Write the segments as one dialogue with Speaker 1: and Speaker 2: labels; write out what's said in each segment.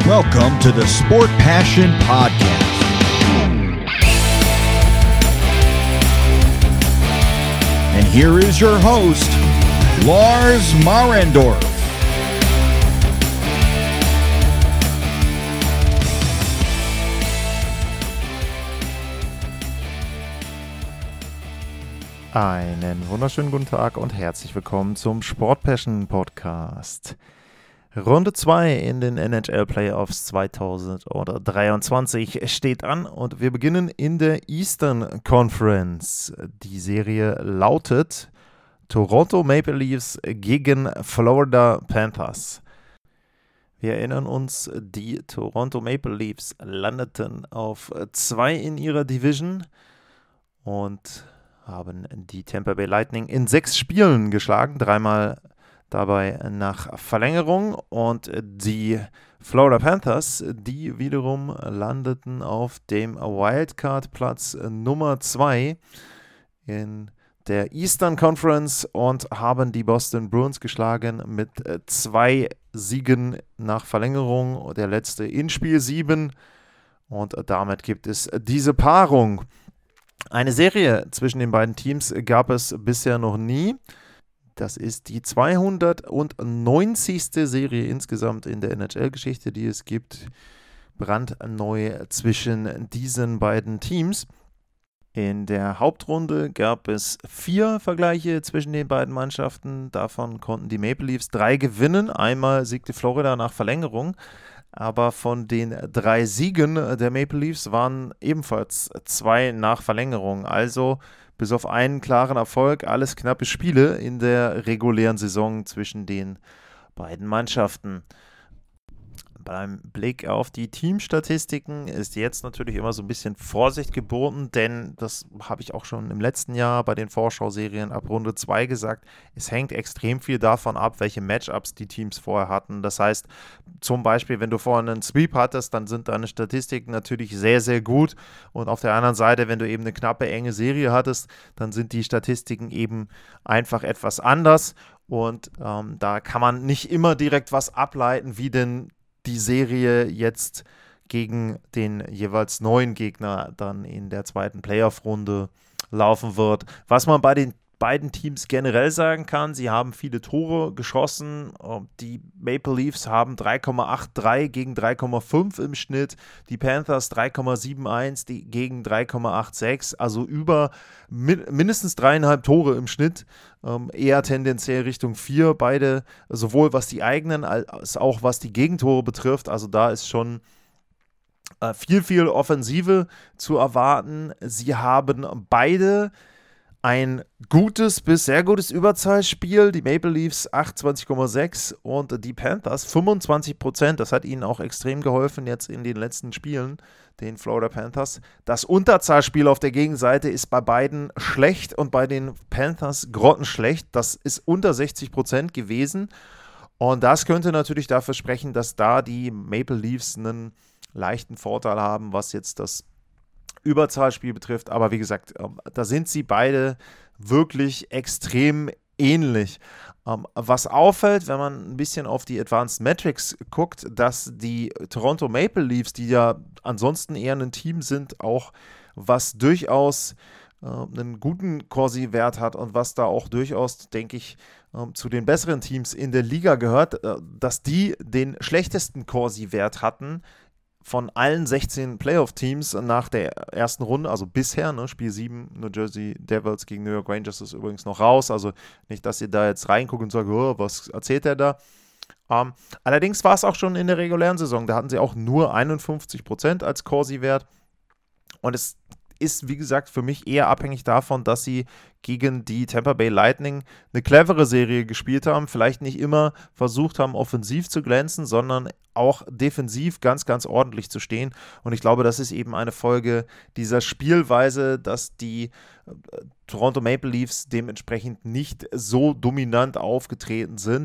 Speaker 1: Welcome to the Sport Passion Podcast. And here is your host, Lars Marendorf.
Speaker 2: Einen wunderschönen guten Tag und herzlich willkommen zum Sport Passion Podcast. Runde 2 in den NHL Playoffs 2023 steht an und wir beginnen in der Eastern Conference. Die Serie lautet Toronto Maple Leafs gegen Florida Panthers. Wir erinnern uns, die Toronto Maple Leafs landeten auf 2 in ihrer Division und haben die Tampa Bay Lightning in 6 Spielen geschlagen, 3-mal dabei nach Verlängerung, und die Florida Panthers, die wiederum landeten auf dem Wildcard-Platz Nummer 2 in der Eastern Conference und haben die Boston Bruins geschlagen mit 2 Siegen nach Verlängerung, der letzte in Spiel 7, und damit gibt es diese Paarung. Eine Serie zwischen den beiden Teams gab es bisher noch nie. Das ist die 290. Serie insgesamt in der NHL-Geschichte, die es gibt. Brandneu zwischen diesen beiden Teams. In der Hauptrunde gab es 4 Vergleiche zwischen den beiden Mannschaften. Davon konnten die Maple Leafs 3 gewinnen. Einmal siegte Florida nach Verlängerung. Aber von den 3 Siegen der Maple Leafs waren ebenfalls 2 nach Verlängerung. Also bis auf einen klaren Erfolg alles knappe Spiele in der regulären Saison zwischen den beiden Mannschaften. Beim Blick auf die Teamstatistiken ist jetzt natürlich immer so ein bisschen Vorsicht geboten, denn das habe ich auch schon im letzten Jahr bei den Vorschauserien ab Runde 2 gesagt. Es hängt extrem viel davon ab, welche Matchups die Teams vorher hatten. Das heißt, zum Beispiel, wenn du vorher einen Sweep hattest, dann sind deine Statistiken natürlich sehr, sehr gut. Und auf der anderen Seite, wenn du eben eine knappe, enge Serie hattest, dann sind die Statistiken eben einfach etwas anders. Und da kann man nicht immer direkt was ableiten, wie denn die Serie jetzt gegen den jeweils neuen Gegner dann in der zweiten Playoff-Runde laufen wird. Was man bei den beiden Teams generell sagen kann, sie haben viele Tore geschossen. Die Maple Leafs haben 3,83 gegen 3,5 im Schnitt. Die Panthers 3,71 gegen 3,86. Also über mindestens 3,5 Tore im Schnitt. Eher tendenziell Richtung 4. Beide, sowohl was die eigenen als auch was die Gegentore betrifft. Also da ist schon viel Offensive zu erwarten. Sie haben beide ein gutes bis sehr gutes Überzahlspiel. Die Maple Leafs 28,6 und die Panthers 25%. Das hat ihnen auch extrem geholfen jetzt in den letzten Spielen, den Florida Panthers. Das Unterzahlspiel auf der Gegenseite ist bei beiden schlecht und bei den Panthers grottenschlecht. Das ist unter 60% gewesen. Und das könnte natürlich dafür sprechen, dass da die Maple Leafs einen leichten Vorteil haben, was jetzt das Überzahlspiel betrifft, aber wie gesagt, da sind sie beide wirklich extrem ähnlich. Was auffällt, wenn man ein bisschen auf die Advanced Metrics guckt, dass die Toronto Maple Leafs, die ja ansonsten eher ein Team sind, auch was durchaus einen guten Corsi-Wert hat und was da auch durchaus, denke ich, zu den besseren Teams in der Liga gehört, dass die den schlechtesten Corsi-Wert hatten von allen 16 Playoff-Teams nach der ersten Runde, also bisher, ne, Spiel 7, New Jersey Devils gegen New York Rangers ist übrigens noch raus, also nicht, dass ihr da jetzt reinguckt und sagt, oh, was erzählt der da? Allerdings war es auch schon in der regulären Saison, da hatten sie auch nur 51% als Corsi-Wert, und es ist, wie gesagt, für mich eher abhängig davon, dass sie gegen die Tampa Bay Lightning eine clevere Serie gespielt haben, vielleicht nicht immer versucht haben, offensiv zu glänzen, sondern auch defensiv ganz, ganz ordentlich zu stehen. Und ich glaube, das ist eben eine Folge dieser Spielweise, dass die Toronto Maple Leafs dementsprechend nicht so dominant aufgetreten sind.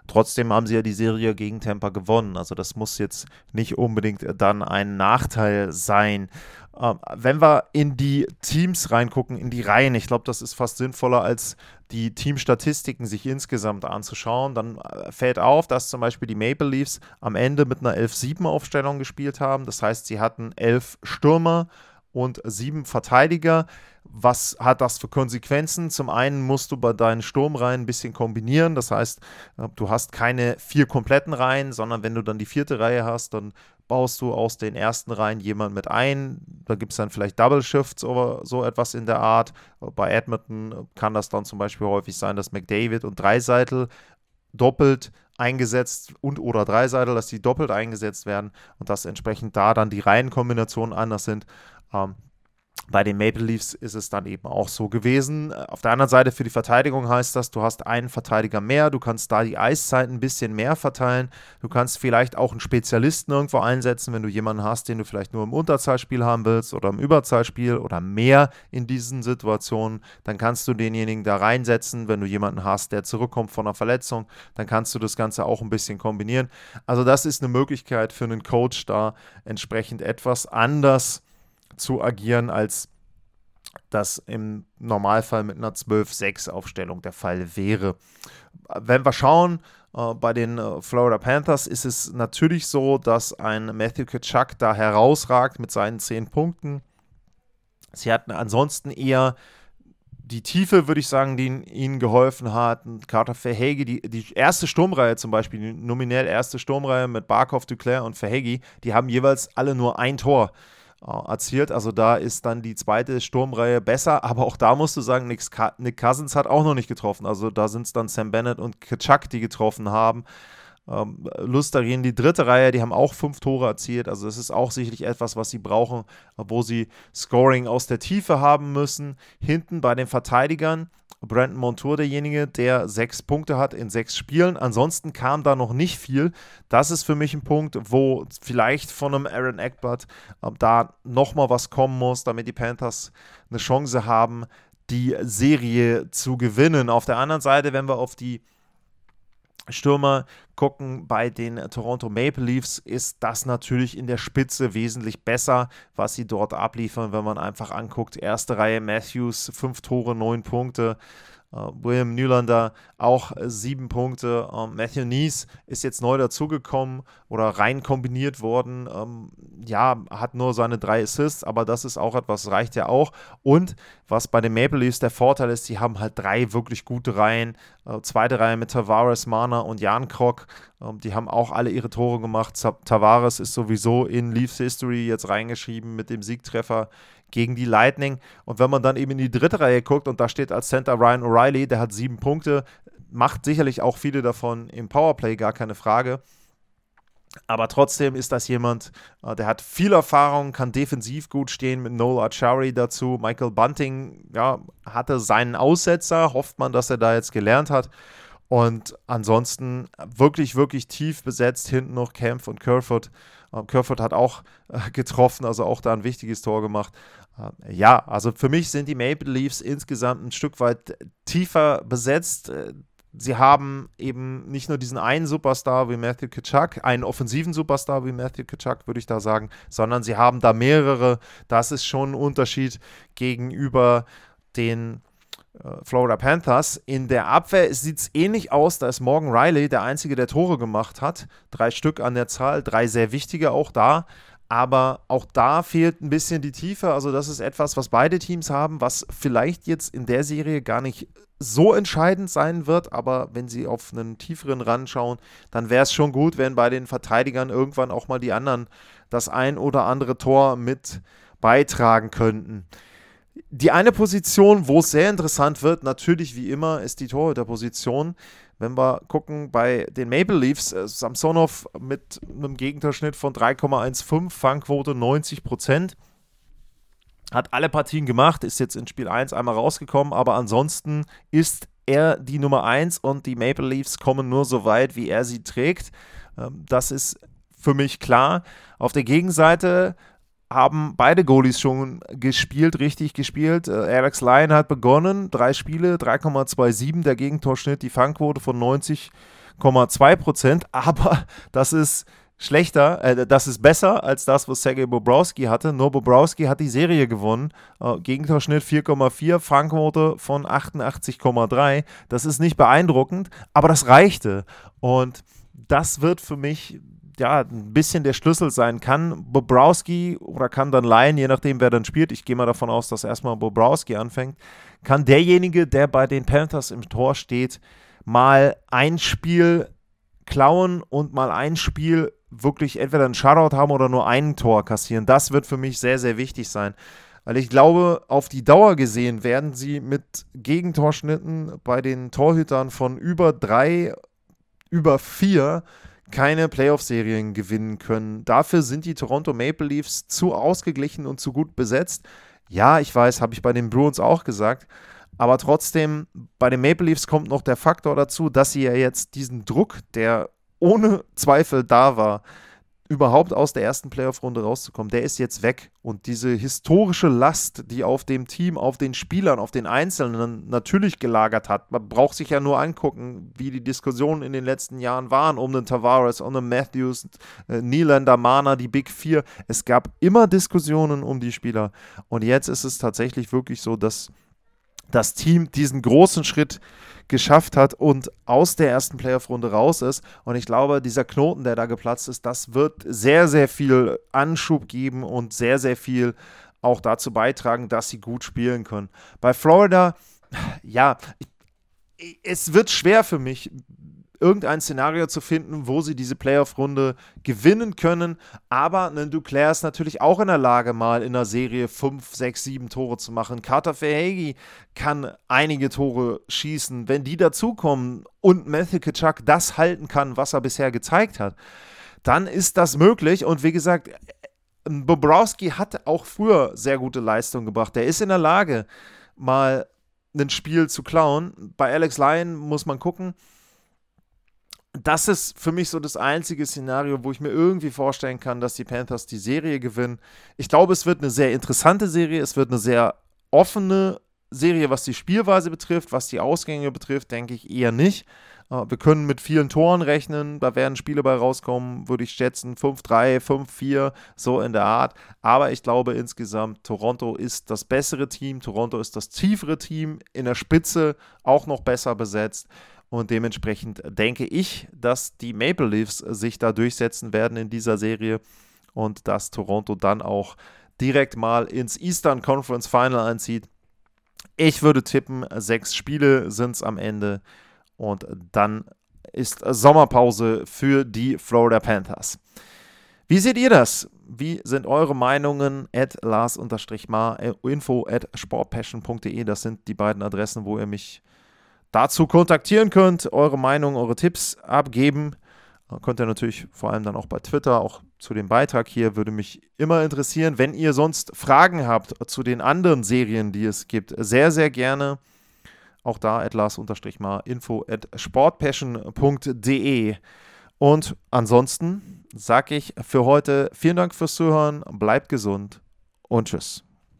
Speaker 2: Trotzdem haben sie ja die Serie gegen Tampa gewonnen. Also das muss jetzt nicht unbedingt dann ein Nachteil sein. Wenn wir in die Teams reingucken, in die Reihen, ich glaube, das ist fast sinnvoller, als die Teamstatistiken sich insgesamt anzuschauen, dann fällt auf, dass zum Beispiel die Maple Leafs am Ende mit einer 11-7-Aufstellung gespielt haben. Das heißt, sie hatten 11 Stürmer und 7 Verteidiger. Was hat das für Konsequenzen? Zum einen musst du bei deinen Sturmreihen ein bisschen kombinieren. Das heißt, du hast keine 4 kompletten Reihen, sondern wenn du dann die 4. Reihe hast, dann baust du aus den ersten Reihen jemanden mit ein. Da gibt es dann vielleicht Double Shifts oder so etwas in der Art. Bei Edmonton kann das dann zum Beispiel häufig sein, dass McDavid und Draisaitl doppelt eingesetzt oder Draisaitl, dass die doppelt eingesetzt werden und dass entsprechend da dann die Reihenkombinationen anders sind. Bei den Maple Leafs ist es dann eben auch so gewesen. Auf der anderen Seite für die Verteidigung heißt das, du hast einen Verteidiger mehr, du kannst da die Eiszeiten ein bisschen mehr verteilen, du kannst vielleicht auch einen Spezialisten irgendwo einsetzen, wenn du jemanden hast, den du vielleicht nur im Unterzahlspiel haben willst oder im Überzahlspiel oder mehr in diesen Situationen, dann kannst du denjenigen da reinsetzen. Wenn du jemanden hast, der zurückkommt von einer Verletzung, dann kannst du das Ganze auch ein bisschen kombinieren. Also das ist eine Möglichkeit für einen Coach, da entsprechend etwas anders zu agieren, als das im Normalfall mit einer 12-6-Aufstellung der Fall wäre. Wenn wir schauen, bei den Florida Panthers ist es natürlich so, dass ein Matthew Tkachuk da herausragt mit seinen 10 Punkten. Sie hatten ansonsten eher die Tiefe, würde ich sagen, die ihnen geholfen hat. Carter Verhaeghe, die erste Sturmreihe zum Beispiel, die nominell erste Sturmreihe mit Barkov, Duclair und Verhaeghe, die haben jeweils alle nur ein Tor erzielt. Also da ist dann die zweite Sturmreihe besser, aber auch da musst du sagen, Nick Cousins hat auch noch nicht getroffen. Also da sind es dann Sam Bennett und Tkachuk, die getroffen haben. Lustarin, die dritte Reihe, die haben auch 5 Tore erzielt. Also das ist auch sicherlich etwas, was sie brauchen, wo sie Scoring aus der Tiefe haben müssen. Hinten bei den Verteidigern Brandon Montour derjenige, der 6 Punkte hat in 6 Spielen. Ansonsten kam da noch nicht viel. Das ist für mich ein Punkt, wo vielleicht von einem Aaron Ekblad da nochmal was kommen muss, damit die Panthers eine Chance haben, die Serie zu gewinnen. Auf der anderen Seite, wenn wir auf die Stürmer gucken, bei den Toronto Maple Leafs ist das natürlich in der Spitze wesentlich besser, was sie dort abliefern, wenn man einfach anguckt. Erste Reihe Matthews, 5 Tore, 9 Punkte. William Nylander auch 7 Punkte. Matthew Knies ist jetzt neu dazugekommen oder rein kombiniert worden. Hat nur seine 3 Assists, aber das ist auch etwas, reicht ja auch. Und was bei den Maple Leafs der Vorteil ist, sie haben halt 3 wirklich gute Reihen. Zweite Reihe mit Tavares, Marner und Jan Krok. Die haben auch alle ihre Tore gemacht. Tavares ist sowieso in Leafs History jetzt reingeschrieben mit dem Siegtreffer gegen die Lightning. Und wenn man dann eben in die dritte Reihe guckt und da steht als Center Ryan O'Reilly, der hat 7 Punkte, macht sicherlich auch viele davon im Powerplay, gar keine Frage. Aber trotzdem ist das jemand, der hat viel Erfahrung, kann defensiv gut stehen mit Noel Acciari dazu. Michael Bunting hatte seinen Aussetzer, hofft man, dass er da jetzt gelernt hat. Und ansonsten wirklich, wirklich tief besetzt, hinten noch Kampf und Kerfoot. Kerfoot hat auch getroffen, also auch da ein wichtiges Tor gemacht. Also für mich sind die Maple Leafs insgesamt ein Stück weit tiefer besetzt. Sie haben eben nicht nur diesen einen Superstar wie Matthew Tkachuk, einen offensiven Superstar wie Matthew Tkachuk, würde ich da sagen, sondern sie haben da mehrere. Das ist schon ein Unterschied gegenüber den Florida Panthers. In der Abwehr sieht es ähnlich aus, da ist Morgan Rielly der Einzige, der Tore gemacht hat. 3 Stück an der Zahl, 3 sehr wichtige auch da. Aber auch da fehlt ein bisschen die Tiefe. Also das ist etwas, was beide Teams haben, was vielleicht jetzt in der Serie gar nicht so entscheidend sein wird. Aber wenn sie auf einen tieferen Rand schauen, dann wäre es schon gut, wenn bei den Verteidigern irgendwann auch mal die anderen das ein oder andere Tor mit beitragen könnten. Die eine Position, wo es sehr interessant wird, natürlich wie immer, ist die Torhüterposition. Wenn wir gucken bei den Maple Leafs, Samsonov mit einem Gegentorschnitt von 3,15, Fangquote 90%, hat alle Partien gemacht, ist jetzt in Spiel 1 einmal rausgekommen, aber ansonsten ist er die Nummer 1 und die Maple Leafs kommen nur so weit, wie er sie trägt. Das ist für mich klar. Auf der Gegenseite haben beide Goalies schon richtig gespielt. Alex Lyon hat begonnen, 3 Spiele, 3,27 der Gegentorschnitt, die Fangquote von 90,2%, aber das ist das ist besser als das, was Sergei Bobrovsky hatte. Nur Bobrovsky hat die Serie gewonnen. Gegentorschnitt 4,4, Fangquote von 88,3. Das ist nicht beeindruckend, aber das reichte. Und das wird für mich ein bisschen der Schlüssel sein. Kann Bobrovsky oder kann dann Lyon, je nachdem wer dann spielt, ich gehe mal davon aus, dass erstmal Bobrovsky anfängt, kann derjenige, der bei den Panthers im Tor steht, mal ein Spiel klauen und mal ein Spiel wirklich entweder ein Shutout haben oder nur ein Tor kassieren. Das wird für mich sehr, sehr wichtig sein. Weil ich glaube, auf die Dauer gesehen werden sie mit Gegentorschnitten bei den Torhütern von über 3, über 4 keine Playoff-Serien gewinnen können. Dafür sind die Toronto Maple Leafs zu ausgeglichen und zu gut besetzt. Ja, ich weiß, habe ich bei den Bruins auch gesagt. Aber trotzdem, bei den Maple Leafs kommt noch der Faktor dazu, dass sie ja jetzt diesen Druck, der ohne Zweifel da war, überhaupt aus der ersten Playoff-Runde rauszukommen, der ist jetzt weg. Und diese historische Last, die auf dem Team, auf den Spielern, auf den Einzelnen natürlich gelagert hat, man braucht sich ja nur angucken, wie die Diskussionen in den letzten Jahren waren um den Tavares, um den Matthews, Nylander, Marner, die Big Four. Es gab immer Diskussionen um die Spieler. Und jetzt ist es tatsächlich wirklich so, dass das Team diesen großen Schritt geschafft hat und aus der ersten Playoff-Runde raus ist. Und ich glaube, dieser Knoten, der da geplatzt ist, das wird sehr, sehr viel Anschub geben und sehr, sehr viel auch dazu beitragen, dass sie gut spielen können. Bei Florida, ja, es wird schwer für mich, irgendein Szenario zu finden, wo sie diese Playoff-Runde gewinnen können, aber ein Duclair ist natürlich auch in der Lage, mal in der Serie 5, 6, 7 Tore zu machen. Carter Verhaeghe kann einige Tore schießen. Wenn die dazukommen und Matthew Tkachuk das halten kann, was er bisher gezeigt hat, dann ist das möglich. Und wie gesagt, Bobrovsky hat auch früher sehr gute Leistungen gebracht. Der ist in der Lage, mal ein Spiel zu klauen. Bei Alex Lyon muss man gucken. Das ist für mich so das einzige Szenario, wo ich mir irgendwie vorstellen kann, dass die Panthers die Serie gewinnen. Ich glaube, es wird eine sehr interessante Serie. Es wird eine sehr offene Serie, was die Spielweise betrifft. Was die Ausgänge betrifft, denke ich eher nicht. Wir können mit vielen Toren rechnen. Da werden Spiele bei rauskommen, würde ich schätzen. 5-3, 5-4, so in der Art. Aber ich glaube insgesamt, Toronto ist das bessere Team. Toronto ist das tiefere Team. In der Spitze auch noch besser besetzt. Und dementsprechend denke ich, dass die Maple Leafs sich da durchsetzen werden in dieser Serie und dass Toronto dann auch direkt mal ins Eastern Conference Final einzieht. Ich würde tippen, 6 Spiele sind es am Ende und dann ist Sommerpause für die Florida Panthers. Wie seht ihr das? Wie sind eure Meinungen? @Lars_Mar, info@sportpassion.de, das sind die beiden Adressen, wo ihr mich dazu kontaktieren könnt, eure Meinung, eure Tipps abgeben. Könnt ihr natürlich vor allem dann auch bei Twitter, auch zu dem Beitrag hier, würde mich immer interessieren. Wenn ihr sonst Fragen habt zu den anderen Serien, die es gibt, sehr, sehr gerne. Auch da @Lars_Mar, info@sportpassion.de. Und ansonsten sage ich für heute vielen Dank fürs Zuhören, bleibt gesund und tschüss.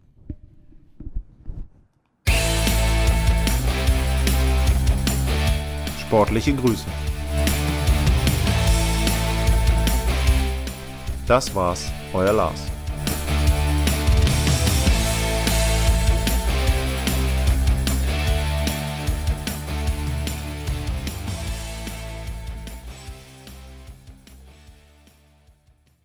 Speaker 3: Sportliche Grüße. Das war's, euer Lars.